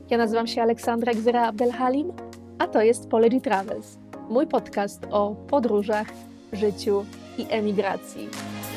Ja nazywam się Aleksandra Gzyra Abdelhalim, a to jest Polegy Travels, mój podcast o podróżach, życiu i emigracji.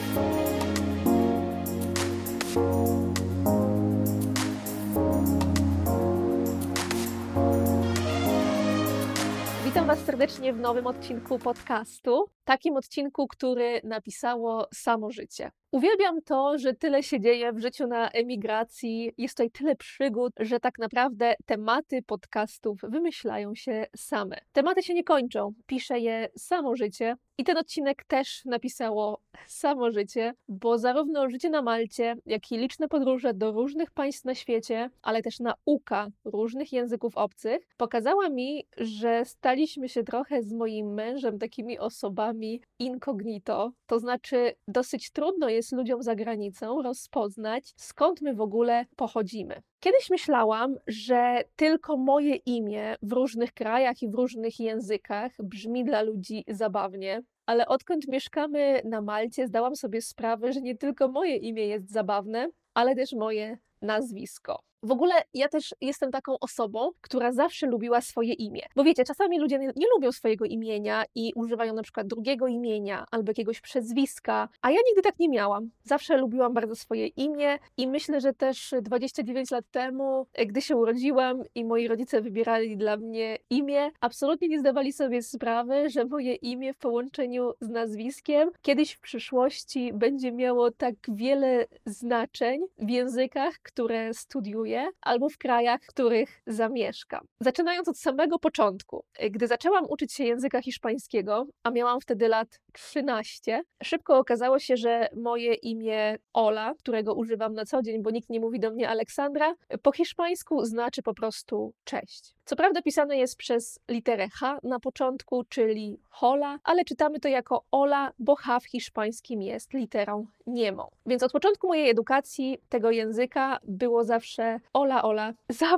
Witam Was serdecznie w nowym odcinku podcastu, takim odcinku, który napisało samo życie. Uwielbiam to, że tyle się dzieje w życiu na emigracji, jest tutaj tyle przygód, że tak naprawdę tematy podcastów wymyślają się same. Tematy się nie kończą, pisze je samo życie i ten odcinek też napisało samo życie, bo zarówno życie na Malcie, jak i liczne podróże do różnych państw na świecie, ale też nauka różnych języków obcych pokazała mi, że staliśmy się trochę z moim mężem takimi osobami incognito, to znaczy dosyć trudno jest ludziom za granicą rozpoznać, skąd my w ogóle pochodzimy. Kiedyś myślałam, że tylko moje imię w różnych krajach i w różnych językach brzmi dla ludzi zabawnie, ale odkąd mieszkamy na Malcie, zdałam sobie sprawę, że nie tylko moje imię jest zabawne, ale też moje nazwisko. W ogóle ja też jestem taką osobą, która zawsze lubiła swoje imię. Bo wiecie, czasami ludzie nie lubią swojego imienia i używają na przykład drugiego imienia albo jakiegoś przezwiska, a ja nigdy tak nie miałam. Zawsze lubiłam bardzo swoje imię i myślę, że też 29 lat temu, gdy się urodziłam i moi rodzice wybierali dla mnie imię, absolutnie nie zdawali sobie sprawy, że moje imię w połączeniu z nazwiskiem kiedyś w przyszłości będzie miało tak wiele znaczeń w językach, które studiuję, albo w krajach, w których zamieszkam. Zaczynając od samego początku, gdy zaczęłam uczyć się języka hiszpańskiego, a miałam wtedy lat 13, szybko okazało się, że moje imię Ola, którego używam na co dzień, bo nikt nie mówi do mnie Aleksandra, po hiszpańsku znaczy po prostu cześć. Co prawda pisane jest przez literę H na początku, czyli hola, ale czytamy to jako Ola, bo H w hiszpańskim jest literą niemą. Więc od początku mojej edukacji tego języka było zawsze Ola, Ola.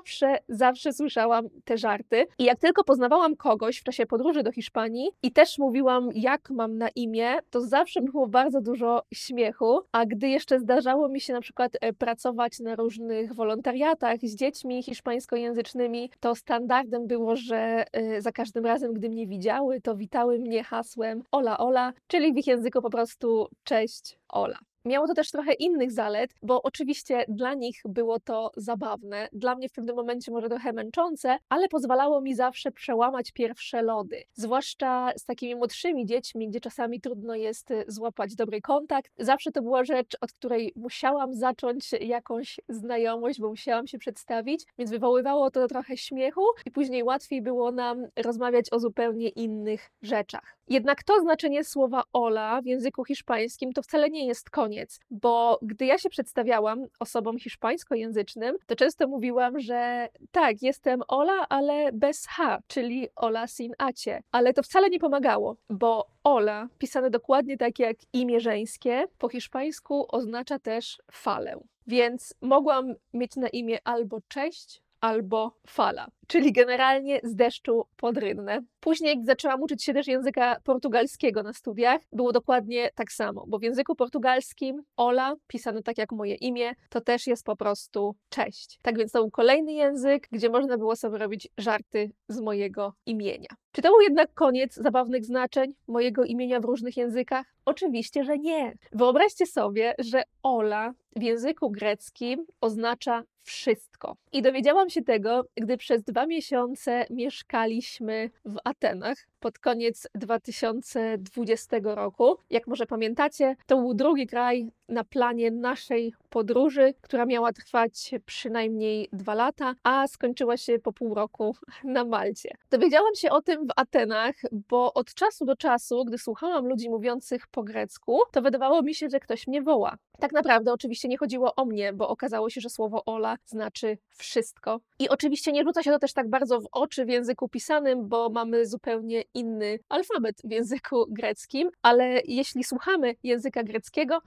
Zawsze słyszałam te żarty. I jak tylko poznawałam kogoś w czasie podróży do Hiszpanii i też mówiłam, jak mam na imię, to zawsze było bardzo dużo śmiechu. A gdy jeszcze zdarzało mi się na przykład pracować na różnych wolontariatach z dziećmi hiszpańskojęzycznymi, to standardem było, że za każdym razem, gdy mnie widziały, to witały mnie hasłem Ola, Ola, czyli w ich języku po prostu cześć, Ola. Miało to też trochę innych zalet, bo oczywiście dla nich było to zabawne, dla mnie w pewnym momencie może trochę męczące, ale pozwalało mi zawsze przełamać pierwsze lody. Zwłaszcza z takimi młodszymi dziećmi, gdzie czasami trudno jest złapać dobry kontakt. Zawsze to była rzecz, od której musiałam zacząć jakąś znajomość, bo musiałam się przedstawić, więc wywoływało to trochę śmiechu i później łatwiej było nam rozmawiać o zupełnie innych rzeczach. Jednak to znaczenie słowa Ola w języku hiszpańskim to wcale nie jest koniec, bo gdy ja się przedstawiałam osobom hiszpańskojęzycznym, to często mówiłam, że tak, jestem Ola, ale bez H, czyli Ola sin acie. Ale to wcale nie pomagało, bo Ola, pisane dokładnie tak jak imię żeńskie, po hiszpańsku oznacza też falę. Więc mogłam mieć na imię albo cześć, albo fala, czyli generalnie z deszczu pod rynnę. Później, gdy zaczęłam uczyć się też języka portugalskiego na studiach, było dokładnie tak samo, bo w języku portugalskim Ola, pisane tak jak moje imię, to też jest po prostu cześć. Tak więc to był kolejny język, gdzie można było sobie robić żarty z mojego imienia. Czy to był jednak koniec zabawnych znaczeń mojego imienia w różnych językach? Oczywiście, że nie. Wyobraźcie sobie, że Ola w języku greckim oznacza wszystko. I dowiedziałam się tego, gdy przez 2 miesiące mieszkaliśmy w Atenach pod koniec 2020 roku. Jak może pamiętacie, to był drugi kraj na planie naszej podróży, która miała trwać przynajmniej 2 lata, a skończyła się po pół roku na Malcie. Dowiedziałam się o tym w Atenach, bo od czasu do czasu, gdy słuchałam ludzi mówiących po grecku, to wydawało mi się, że ktoś mnie woła. Tak naprawdę oczywiście nie chodziło o mnie, bo okazało się, że słowo Ola znaczy wszystko. I oczywiście nie rzuca się to też tak bardzo w oczy w języku pisanym, bo mamy zupełnie inny alfabet w języku greckim, ale jeśli słuchamy języka greckiego, to możemy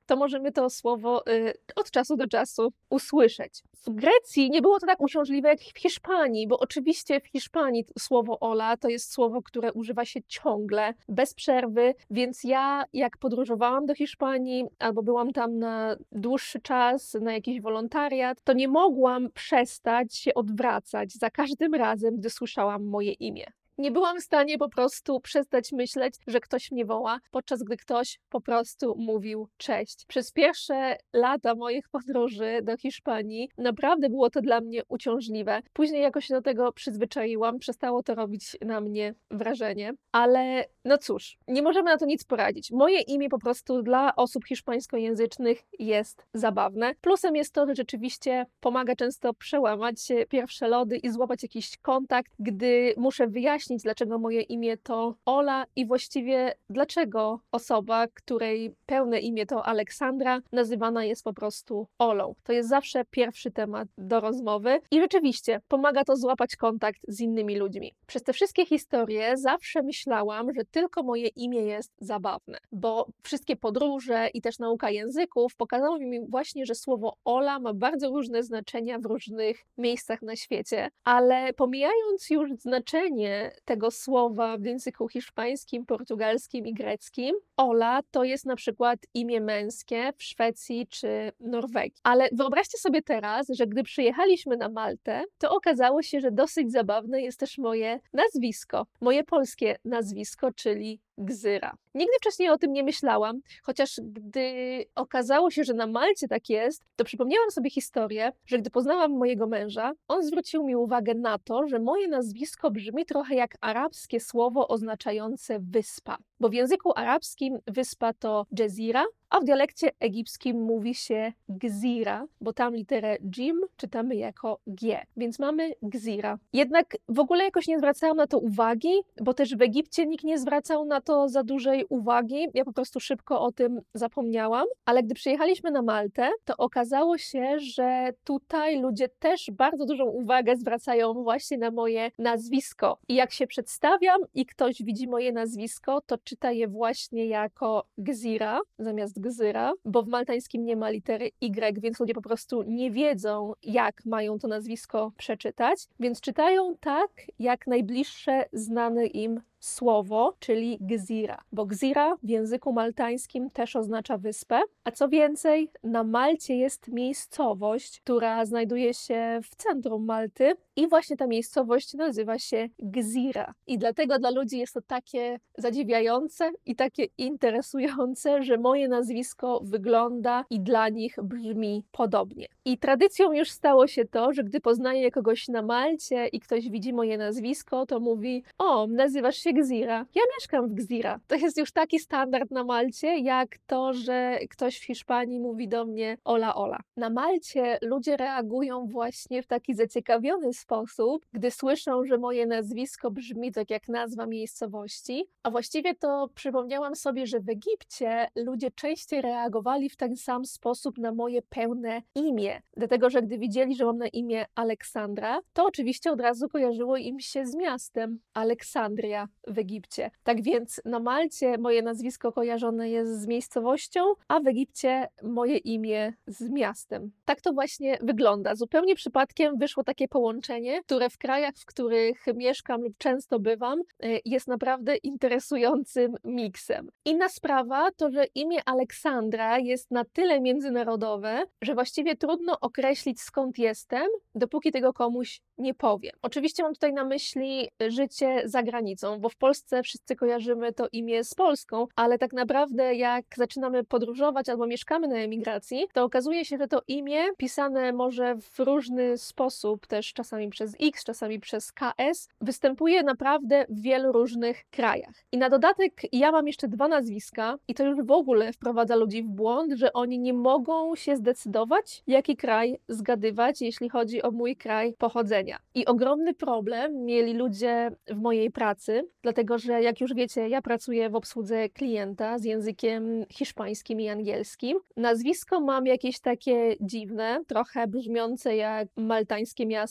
możemy to słowo od czasu do czasu usłyszeć. W Grecji nie było to tak uciążliwe jak w Hiszpanii, bo oczywiście w Hiszpanii słowo Ola to jest słowo, które używa się ciągle, bez przerwy, więc ja jak podróżowałam do Hiszpanii albo byłam tam na dłuższy czas, na jakiś wolontariat, to nie mogłam przestać się odwracać za każdym razem, gdy słyszałam moje imię. Nie byłam w stanie po prostu przestać myśleć, że ktoś mnie woła, podczas gdy ktoś po prostu mówił cześć. Przez pierwsze lata moich podróży do Hiszpanii naprawdę było to dla mnie uciążliwe. Później jakoś się do tego przyzwyczaiłam, przestało to robić na mnie wrażenie, ale no cóż, nie możemy na to nic poradzić. Moje imię po prostu dla osób hiszpańskojęzycznych jest zabawne. Plusem jest to, że rzeczywiście pomaga często przełamać pierwsze lody i złapać jakiś kontakt, gdy muszę wyjaśnić, dlaczego moje imię to Ola i właściwie dlaczego osoba, której pełne imię to Aleksandra, nazywana jest po prostu Olą. To jest zawsze pierwszy temat do rozmowy i rzeczywiście pomaga to złapać kontakt z innymi ludźmi. Przez te wszystkie historie zawsze myślałam, że tylko moje imię jest zabawne, bo wszystkie podróże i też nauka języków pokazały mi właśnie, że słowo Ola ma bardzo różne znaczenia w różnych miejscach na świecie, ale pomijając już znaczenie tego słowa w języku hiszpańskim, portugalskim i greckim, Ola to jest na przykład imię męskie w Szwecji czy Norwegii. Ale wyobraźcie sobie teraz, że gdy przyjechaliśmy na Maltę, to okazało się, że dosyć zabawne jest też moje nazwisko, moje polskie nazwisko, czyli Gzyra. Nigdy wcześniej o tym nie myślałam, chociaż gdy okazało się, że na Malcie tak jest, to przypomniałam sobie historię, że gdy poznałam mojego męża, on zwrócił mi uwagę na to, że moje nazwisko brzmi trochę jak arabskie słowo oznaczające wyspa. Bo w języku arabskim wyspa to Jezira, a w dialekcie egipskim mówi się Gzira, bo tam literę Jim czytamy jako G, więc mamy Gzira. Jednak w ogóle jakoś nie zwracałam na to uwagi, bo też w Egipcie nikt nie zwracał na to za dużej uwagi. Ja po prostu szybko o tym zapomniałam, ale gdy przyjechaliśmy na Maltę, to okazało się, że tutaj ludzie też bardzo dużą uwagę zwracają właśnie na moje nazwisko. I jak się przedstawiam i ktoś widzi moje nazwisko, to czyta je właśnie jako Gzira zamiast Gzyra, bo w maltańskim nie ma litery Y, więc ludzie po prostu nie wiedzą, jak mają to nazwisko przeczytać, więc czytają tak, jak najbliższe znane im słowo, czyli Gzira, bo Gzira w języku maltańskim też oznacza wyspę, a co więcej, na Malcie jest miejscowość, która znajduje się w centrum Malty i właśnie ta miejscowość nazywa się Gzira. I dlatego dla ludzi jest to takie zadziwiające i takie interesujące, że moje nazwisko wygląda i dla nich brzmi podobnie. I tradycją już stało się to, że gdy poznaję kogoś na Malcie i ktoś widzi moje nazwisko, to mówi: o, nazywasz się Gzira. Ja mieszkam w Gzira. To jest już taki standard na Malcie, jak to, że ktoś w Hiszpanii mówi do mnie Ola, Ola. Na Malcie ludzie reagują właśnie w taki zaciekawiony sposób, gdy słyszą, że moje nazwisko brzmi tak jak nazwa miejscowości, a właściwie to przypomniałam sobie, że w Egipcie ludzie częściej reagowali w ten sam sposób na moje pełne imię, dlatego że gdy widzieli, że mam na imię Aleksandra, to oczywiście od razu kojarzyło im się z miastem Aleksandria w Egipcie. Tak więc na Malcie moje nazwisko kojarzone jest z miejscowością, a w Egipcie moje imię z miastem. Tak to właśnie wygląda. Zupełnie przypadkiem wyszło takie połączenie, które w krajach, w których mieszkam lub często bywam, jest naprawdę interesującym miksem. Inna sprawa to, że imię Aleksandra jest na tyle międzynarodowe, że właściwie trudno określić, skąd jestem, dopóki tego komuś nie powiem. Oczywiście mam tutaj na myśli życie za granicą, bo w Polsce wszyscy kojarzymy to imię z Polską, ale tak naprawdę jak zaczynamy podróżować albo mieszkamy na emigracji, to okazuje się, że to imię pisane może w różny sposób, też czasami przez X, czasami przez KS, występuje naprawdę w wielu różnych krajach. I na dodatek ja mam jeszcze dwa nazwiska i to już w ogóle wprowadza ludzi w błąd, że oni nie mogą się zdecydować, jaki kraj zgadywać, jeśli chodzi o mój kraj pochodzenia. I ogromny problem mieli ludzie w mojej pracy, dlatego że jak już wiecie, ja pracuję w obsłudze klienta z językiem hiszpańskim i angielskim. Nazwisko mam jakieś takie dziwne, trochę brzmiące jak maltańskie miasto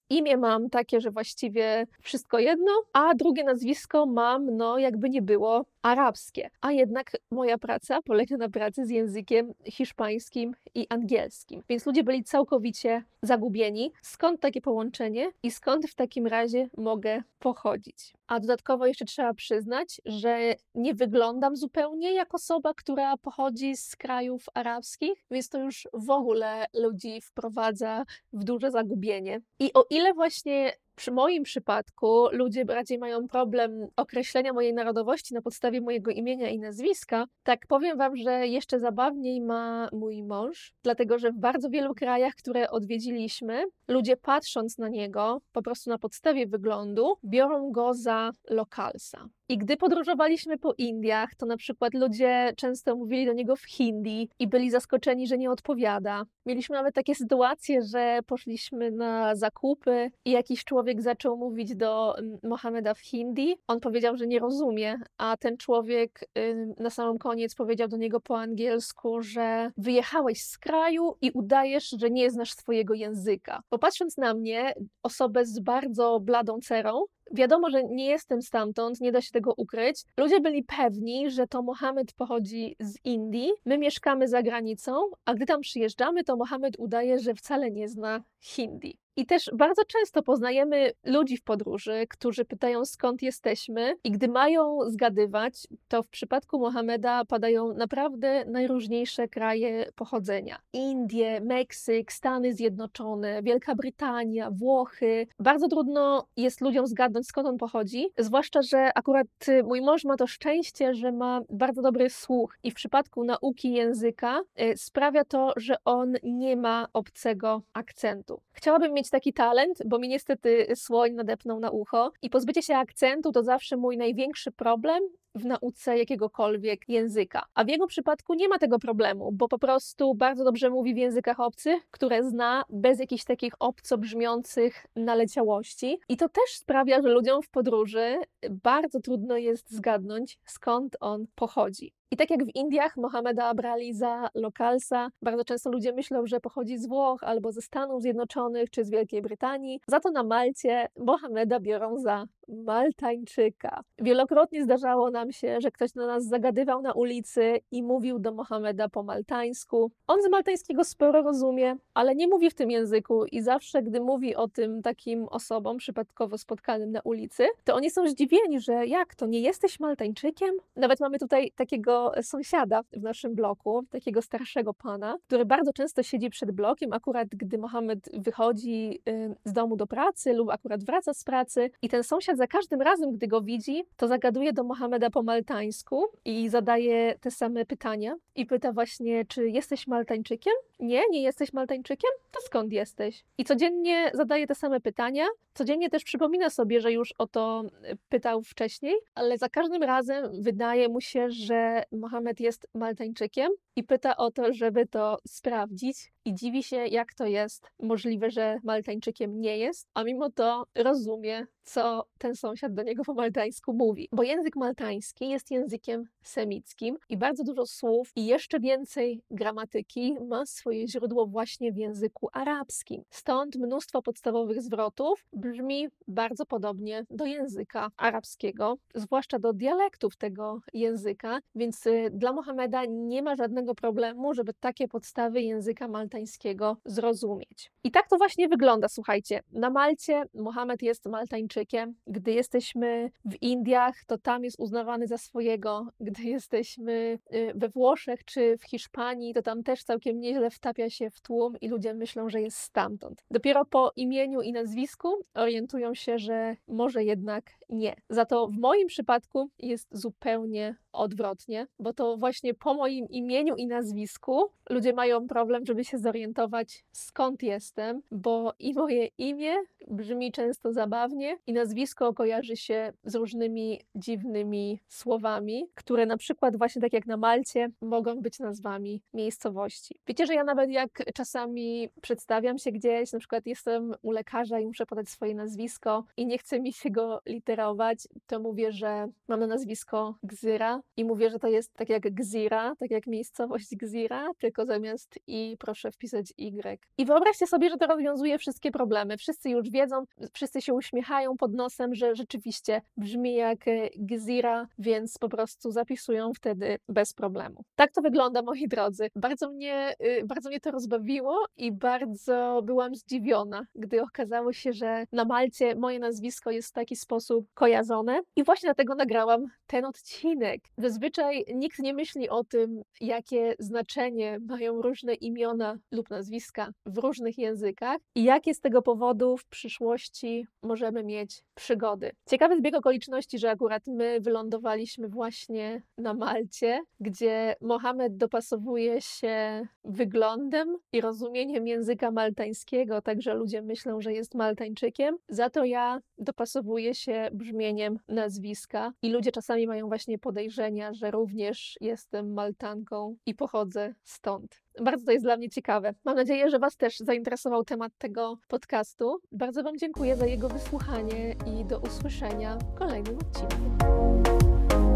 Imię mam takie, że właściwie wszystko jedno, a drugie nazwisko mam, no jakby nie było, arabskie. A jednak moja praca polega na pracy z językiem hiszpańskim i angielskim. Więc ludzie byli całkowicie zagubieni. Skąd takie połączenie i skąd w takim razie mogę pochodzić? A dodatkowo jeszcze trzeba przyznać, że nie wyglądam zupełnie jak osoba, która pochodzi z krajów arabskich, więc to już w ogóle ludzi wprowadza w duże zagubienie. I o ile właśnie przy moim przypadku ludzie bardziej mają problem określenia mojej narodowości na podstawie mojego imienia i nazwiska, tak powiem wam, że jeszcze zabawniej ma mój mąż, dlatego że w bardzo wielu krajach, które odwiedziliśmy, ludzie patrząc na niego po prostu na podstawie wyglądu, biorą go za lokalsa. I gdy podróżowaliśmy po Indiach, to na przykład ludzie często mówili do niego w hindi i byli zaskoczeni, że nie odpowiada. Mieliśmy nawet takie sytuacje, że poszliśmy na zakupy i jakiś człowiek zaczął mówić do Mohameda w hindi. On powiedział, że nie rozumie, a ten człowiek na samym koniec powiedział do niego po angielsku, że wyjechałeś z kraju i udajesz, że nie znasz swojego języka. Popatrząc na mnie, osobę z bardzo bladą cerą, wiadomo, że nie jestem stamtąd, nie da się tego ukryć. Ludzie byli pewni, że to Mohamed pochodzi z Indii, my mieszkamy za granicą, a gdy tam przyjeżdżamy, to Mohamed udaje, że wcale nie zna hindi. I też bardzo często poznajemy ludzi w podróży, którzy pytają, skąd jesteśmy, i gdy mają zgadywać, to w przypadku Mohameda padają naprawdę najróżniejsze kraje pochodzenia. Indie, Meksyk, Stany Zjednoczone, Wielka Brytania, Włochy. Bardzo trudno jest ludziom zgadnąć, skąd on pochodzi, zwłaszcza, że akurat mój mąż ma to szczęście, że ma bardzo dobry słuch i w przypadku nauki języka sprawia to, że on nie ma obcego akcentu. Chciałabym mieć taki talent, bo mi niestety słoń nadepnął na ucho i pozbycie się akcentu to zawsze mój największy problem w nauce jakiegokolwiek języka. A w jego przypadku nie ma tego problemu, bo po prostu bardzo dobrze mówi w językach obcych, które zna bez jakichś takich obco brzmiących naleciałości. I to też sprawia, że ludziom w podróży bardzo trudno jest zgadnąć, skąd on pochodzi. I tak jak w Indiach Mohameda brali za lokalsa, bardzo często ludzie myślą, że pochodzi z Włoch albo ze Stanów Zjednoczonych czy z Wielkiej Brytanii. Za to na Malcie Mohameda biorą za Maltańczyka. Wielokrotnie zdarzało nam się, że ktoś na nas zagadywał na ulicy i mówił do Mohameda po maltańsku. On z maltańskiego sporo rozumie, ale nie mówi w tym języku i zawsze, gdy mówi o tym takim osobom przypadkowo spotkanym na ulicy, to oni są zdziwieni, że jak to, nie jesteś Maltańczykiem? Nawet mamy tutaj takiego sąsiada w naszym bloku, takiego starszego pana, który bardzo często siedzi przed blokiem, akurat gdy Mohamed wychodzi z domu do pracy lub akurat wraca z pracy, i ten sąsiad za każdym razem, gdy go widzi, to zagaduje do Mohameda po maltańsku i zadaje te same pytania i pyta właśnie, czy jesteś Maltańczykiem? Nie jesteś Maltańczykiem? To skąd jesteś? I codziennie zadaje te same pytania, codziennie też przypomina sobie, że już o to pytał wcześniej, ale za każdym razem wydaje mu się, że Mohamed jest Maltańczykiem i pyta o to, żeby to sprawdzić i dziwi się, jak to jest możliwe, że Maltańczykiem nie jest, a mimo to rozumie, co ten sąsiad do niego po maltańsku mówi. Bo język maltański jest językiem semickim i bardzo dużo słów i jeszcze więcej gramatyki ma swoje źródło właśnie w języku arabskim. Stąd mnóstwo podstawowych zwrotów brzmi bardzo podobnie do języka arabskiego, zwłaszcza do dialektów tego języka, więc dla Mohameda nie ma żadnego problemu, żeby takie podstawy języka maltańskiego zrozumieć. I tak to właśnie wygląda, słuchajcie. Na Malcie Mohamed jest Maltańczykiem. Gdy jesteśmy w Indiach, to tam jest uznawany za swojego. Gdy jesteśmy we Włoszech czy w Hiszpanii, to tam też całkiem nieźle wtapia się w tłum i ludzie myślą, że jest stamtąd. Dopiero po imieniu i nazwisku orientują się, że może jednak nie. Za to w moim przypadku jest zupełnie odwrotnie, bo to właśnie po moim imieniu i nazwisku ludzie mają problem, żeby się zorientować, skąd jestem, bo i moje imię brzmi często zabawnie i nazwisko kojarzy się z różnymi dziwnymi słowami, które na przykład właśnie tak jak na Malcie mogą być nazwami miejscowości. Wiecie, że ja nawet jak czasami przedstawiam się gdzieś, na przykład jestem u lekarza i muszę podać swoje nazwisko i nie chce mi się go literować, to mówię, że mam na nazwisko Gzyra i mówię, że to jest tak jak Gzira, tak jak miejscowość Gzira, tylko zamiast i proszę wpisać Y. I wyobraźcie sobie, że to rozwiązuje wszystkie problemy. Wszyscy już wiedzą, wszyscy się uśmiechają pod nosem, że rzeczywiście brzmi jak Gzira, więc po prostu zapisują wtedy bez problemu. Tak to wygląda, moi drodzy. Bardzo mnie to rozbawiło i bardzo byłam zdziwiona, gdy okazało się, że na Malcie moje nazwisko jest w taki sposób kojarzone i właśnie dlatego nagrałam ten odcinek. Zazwyczaj nikt nie myśli o tym, jakie znaczenie mają różne imiona lub nazwiska w różnych językach i jakie z tego powodu w przyszłości możemy mieć przygody. Ciekawy zbieg okoliczności, że akurat my wylądowaliśmy właśnie na Malcie, gdzie Mohamed dopasowuje się wyglądem i rozumieniem języka maltańskiego, także ludzie myślą, że jest Maltańczykiem. Za to ja dopasowuję się brzmieniem nazwiska i ludzie czasami mają właśnie podejrzenia, że również jestem Maltanką i pochodzę stąd. Bardzo to jest dla mnie ciekawe. Mam nadzieję, że Was też zainteresował temat tego podcastu. Bardzo Wam dziękuję za jego wysłuchanie i do usłyszenia w kolejnym odcinku.